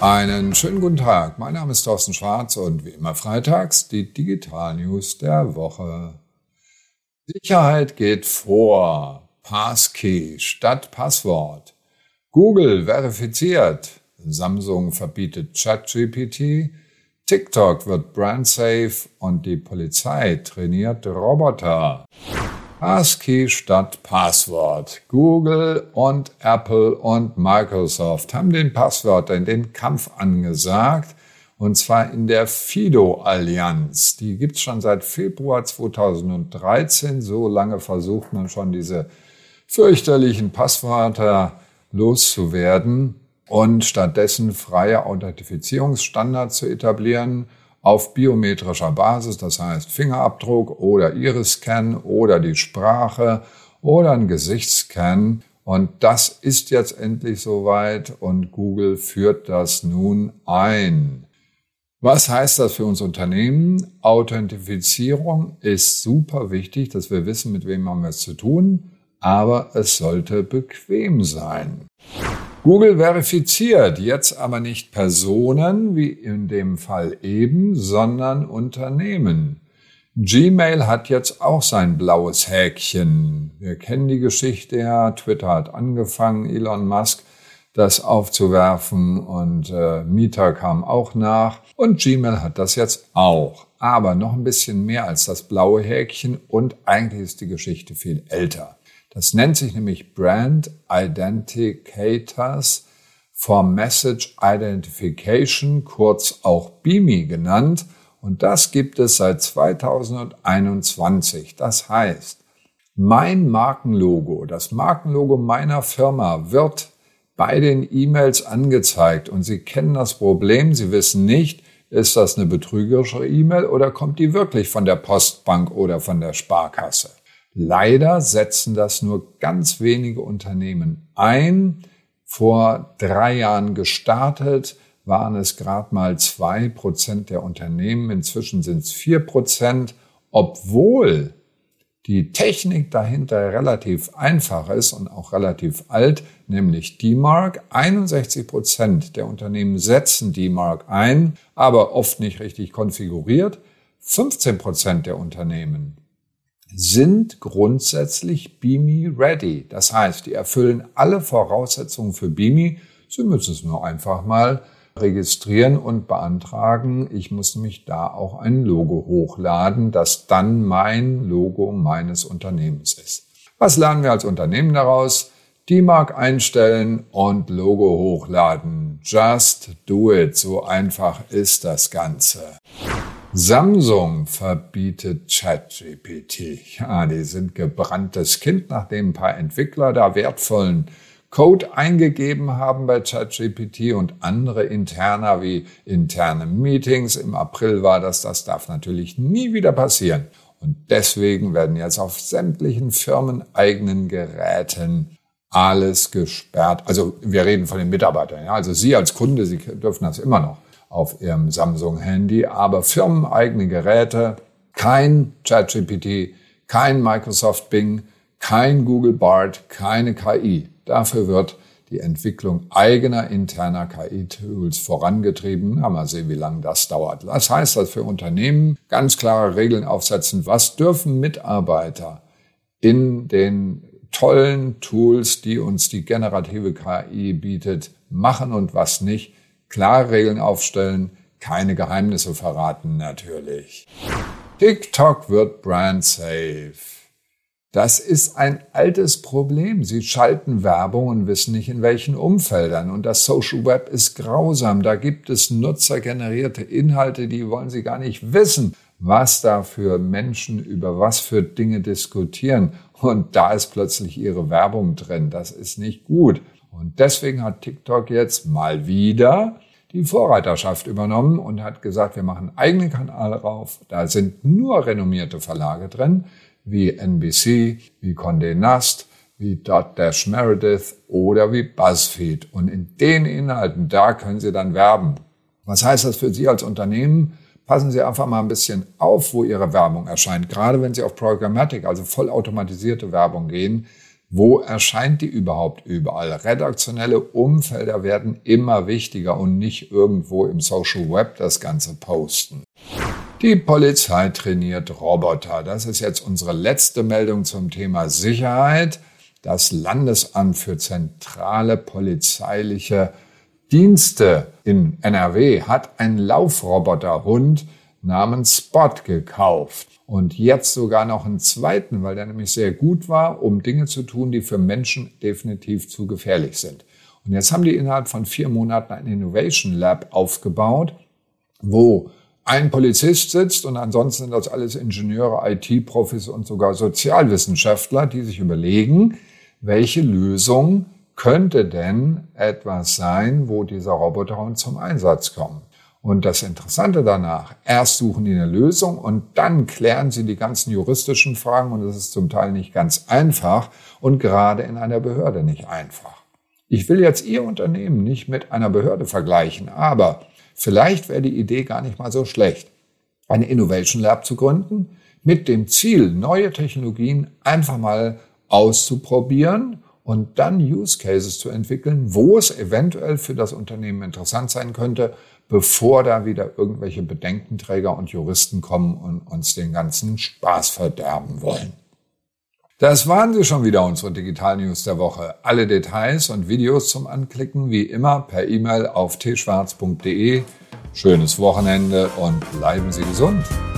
Einen schönen guten Tag. Mein Name ist Thorsten Schwarz und wie immer freitags die Digital News der Woche. Sicherheit geht vor. Passkey statt Passwort. Google verifiziert. Samsung verbietet ChatGPT. TikTok wird brandsafe und die Polizei trainiert Roboter. Passkey statt Passwort. Google und Apple und Microsoft haben den Passwörtern den Kampf angesagt, und zwar in der FIDO-Allianz. Die gibt's schon seit Februar 2013. So lange versucht man schon, diese fürchterlichen Passwörter loszuwerden und stattdessen freie Authentifizierungsstandards zu etablieren, auf biometrischer Basis, das heißt Fingerabdruck oder Iris-Scan oder die Sprache oder ein Gesichtsscan. Und das ist jetzt endlich soweit und Google führt das nun ein. Was heißt das für uns Unternehmen? Authentifizierung ist super wichtig, dass wir wissen, mit wem haben wir es zu tun, aber es sollte bequem sein. Google verifiziert jetzt aber nicht Personen, wie in dem Fall eben, sondern Unternehmen. Gmail hat jetzt auch sein blaues Häkchen. Wir kennen die Geschichte ja. Twitter hat angefangen, Elon Musk das aufzuwerfen und Meta kam auch nach. Und Gmail hat das jetzt auch. Aber noch ein bisschen mehr als das blaue Häkchen und eigentlich ist die Geschichte viel älter. Das nennt sich nämlich Brand Identicators for Message Identification, kurz auch BIMI genannt. Und das gibt es seit 2021. Das heißt, mein Markenlogo, das Markenlogo meiner Firma wird bei den E-Mails angezeigt. Und Sie kennen das Problem, Sie wissen nicht, ist das eine betrügerische E-Mail oder kommt die wirklich von der Postbank oder von der Sparkasse? Leider setzen das nur ganz wenige Unternehmen ein. Vor 3 Jahren gestartet waren es gerade mal 2% der Unternehmen. Inzwischen sind es 4%, obwohl die Technik dahinter relativ einfach ist und auch relativ alt, nämlich DMARC. 61% der Unternehmen setzen DMARC ein, aber oft nicht richtig konfiguriert. 15% der Unternehmen sind grundsätzlich BIMI-ready. Das heißt, die erfüllen alle Voraussetzungen für BIMI. Sie müssen es nur einfach mal registrieren und beantragen. Ich muss nämlich da auch ein Logo hochladen, das dann mein Logo meines Unternehmens ist. Was lernen wir als Unternehmen daraus? DMARC einstellen und Logo hochladen. Just do it. So einfach ist das Ganze. Samsung verbietet ChatGPT. Ja, die sind gebranntes Kind, nachdem ein paar Entwickler da wertvollen Code eingegeben haben bei ChatGPT und andere Interner wie interne Meetings. Im April war das darf natürlich nie wieder passieren. Und deswegen werden jetzt auf sämtlichen firmeneigenen Geräten alles gesperrt. Also wir reden von den Mitarbeitern. Ja? Also Sie als Kunde, Sie dürfen das immer noch auf Ihrem Samsung-Handy, aber firmeneigene Geräte, kein ChatGPT, kein Microsoft Bing, kein Google Bard, keine KI. Dafür wird die Entwicklung eigener interner KI-Tools vorangetrieben. Mal sehen, wie lange das dauert. Was heißt das für Unternehmen? Ganz klare Regeln aufsetzen. Was dürfen Mitarbeiter in den tollen Tools, die uns die generative KI bietet, machen und was nicht? Klare Regeln aufstellen, keine Geheimnisse verraten natürlich. TikTok wird brandsafe. Das ist ein altes Problem. Sie schalten Werbung und wissen nicht in welchen Umfeldern. Und das Social Web ist grausam. Da gibt es nutzergenerierte Inhalte, die wollen Sie gar nicht wissen, was da für Menschen über was für Dinge diskutieren. Und da ist plötzlich Ihre Werbung drin. Das ist nicht gut. Und deswegen hat TikTok jetzt mal wieder die Vorreiterschaft übernommen und hat gesagt, wir machen einen eigenen Kanal rauf. Da sind nur renommierte Verlage drin, wie NBC, wie Condé Nast, wie Dotdash Meredith oder wie BuzzFeed. Und in den Inhalten, da können Sie dann werben. Was heißt das für Sie als Unternehmen? Passen Sie einfach mal ein bisschen auf, wo Ihre Werbung erscheint. Gerade wenn Sie auf Programmatic, also vollautomatisierte Werbung gehen, Wo erscheint die überhaupt überall? Redaktionelle Umfelder werden immer wichtiger und nicht irgendwo im Social Web das Ganze posten. Die Polizei trainiert Roboter. Das ist jetzt unsere letzte Meldung zum Thema Sicherheit. Das Landesamt für zentrale polizeiliche Dienste in NRW hat einen Laufroboterhund namens Spot gekauft. Und jetzt sogar noch einen zweiten, weil der nämlich sehr gut war, um Dinge zu tun, die für Menschen definitiv zu gefährlich sind. Und jetzt haben die innerhalb von 4 Monaten ein Innovation Lab aufgebaut, wo ein Polizist sitzt und ansonsten sind das alles Ingenieure, IT-Profis und sogar Sozialwissenschaftler, die sich überlegen, welche Lösung könnte denn etwas sein, wo dieser Roboterhund zum Einsatz kommt. Und das Interessante danach, erst suchen die eine Lösung und dann klären sie die ganzen juristischen Fragen und das ist zum Teil nicht ganz einfach und gerade in einer Behörde nicht einfach. Ich will jetzt Ihr Unternehmen nicht mit einer Behörde vergleichen, aber vielleicht wäre die Idee gar nicht mal so schlecht, ein Innovation Lab zu gründen, mit dem Ziel, neue Technologien einfach mal auszuprobieren und dann Use Cases zu entwickeln, wo es eventuell für das Unternehmen interessant sein könnte, bevor da wieder irgendwelche Bedenkenträger und Juristen kommen und uns den ganzen Spaß verderben wollen. Das waren sie schon wieder, unsere Digital News der Woche. Alle Details und Videos zum Anklicken wie immer per E-Mail auf tschwarz.de. Schönes Wochenende und bleiben Sie gesund.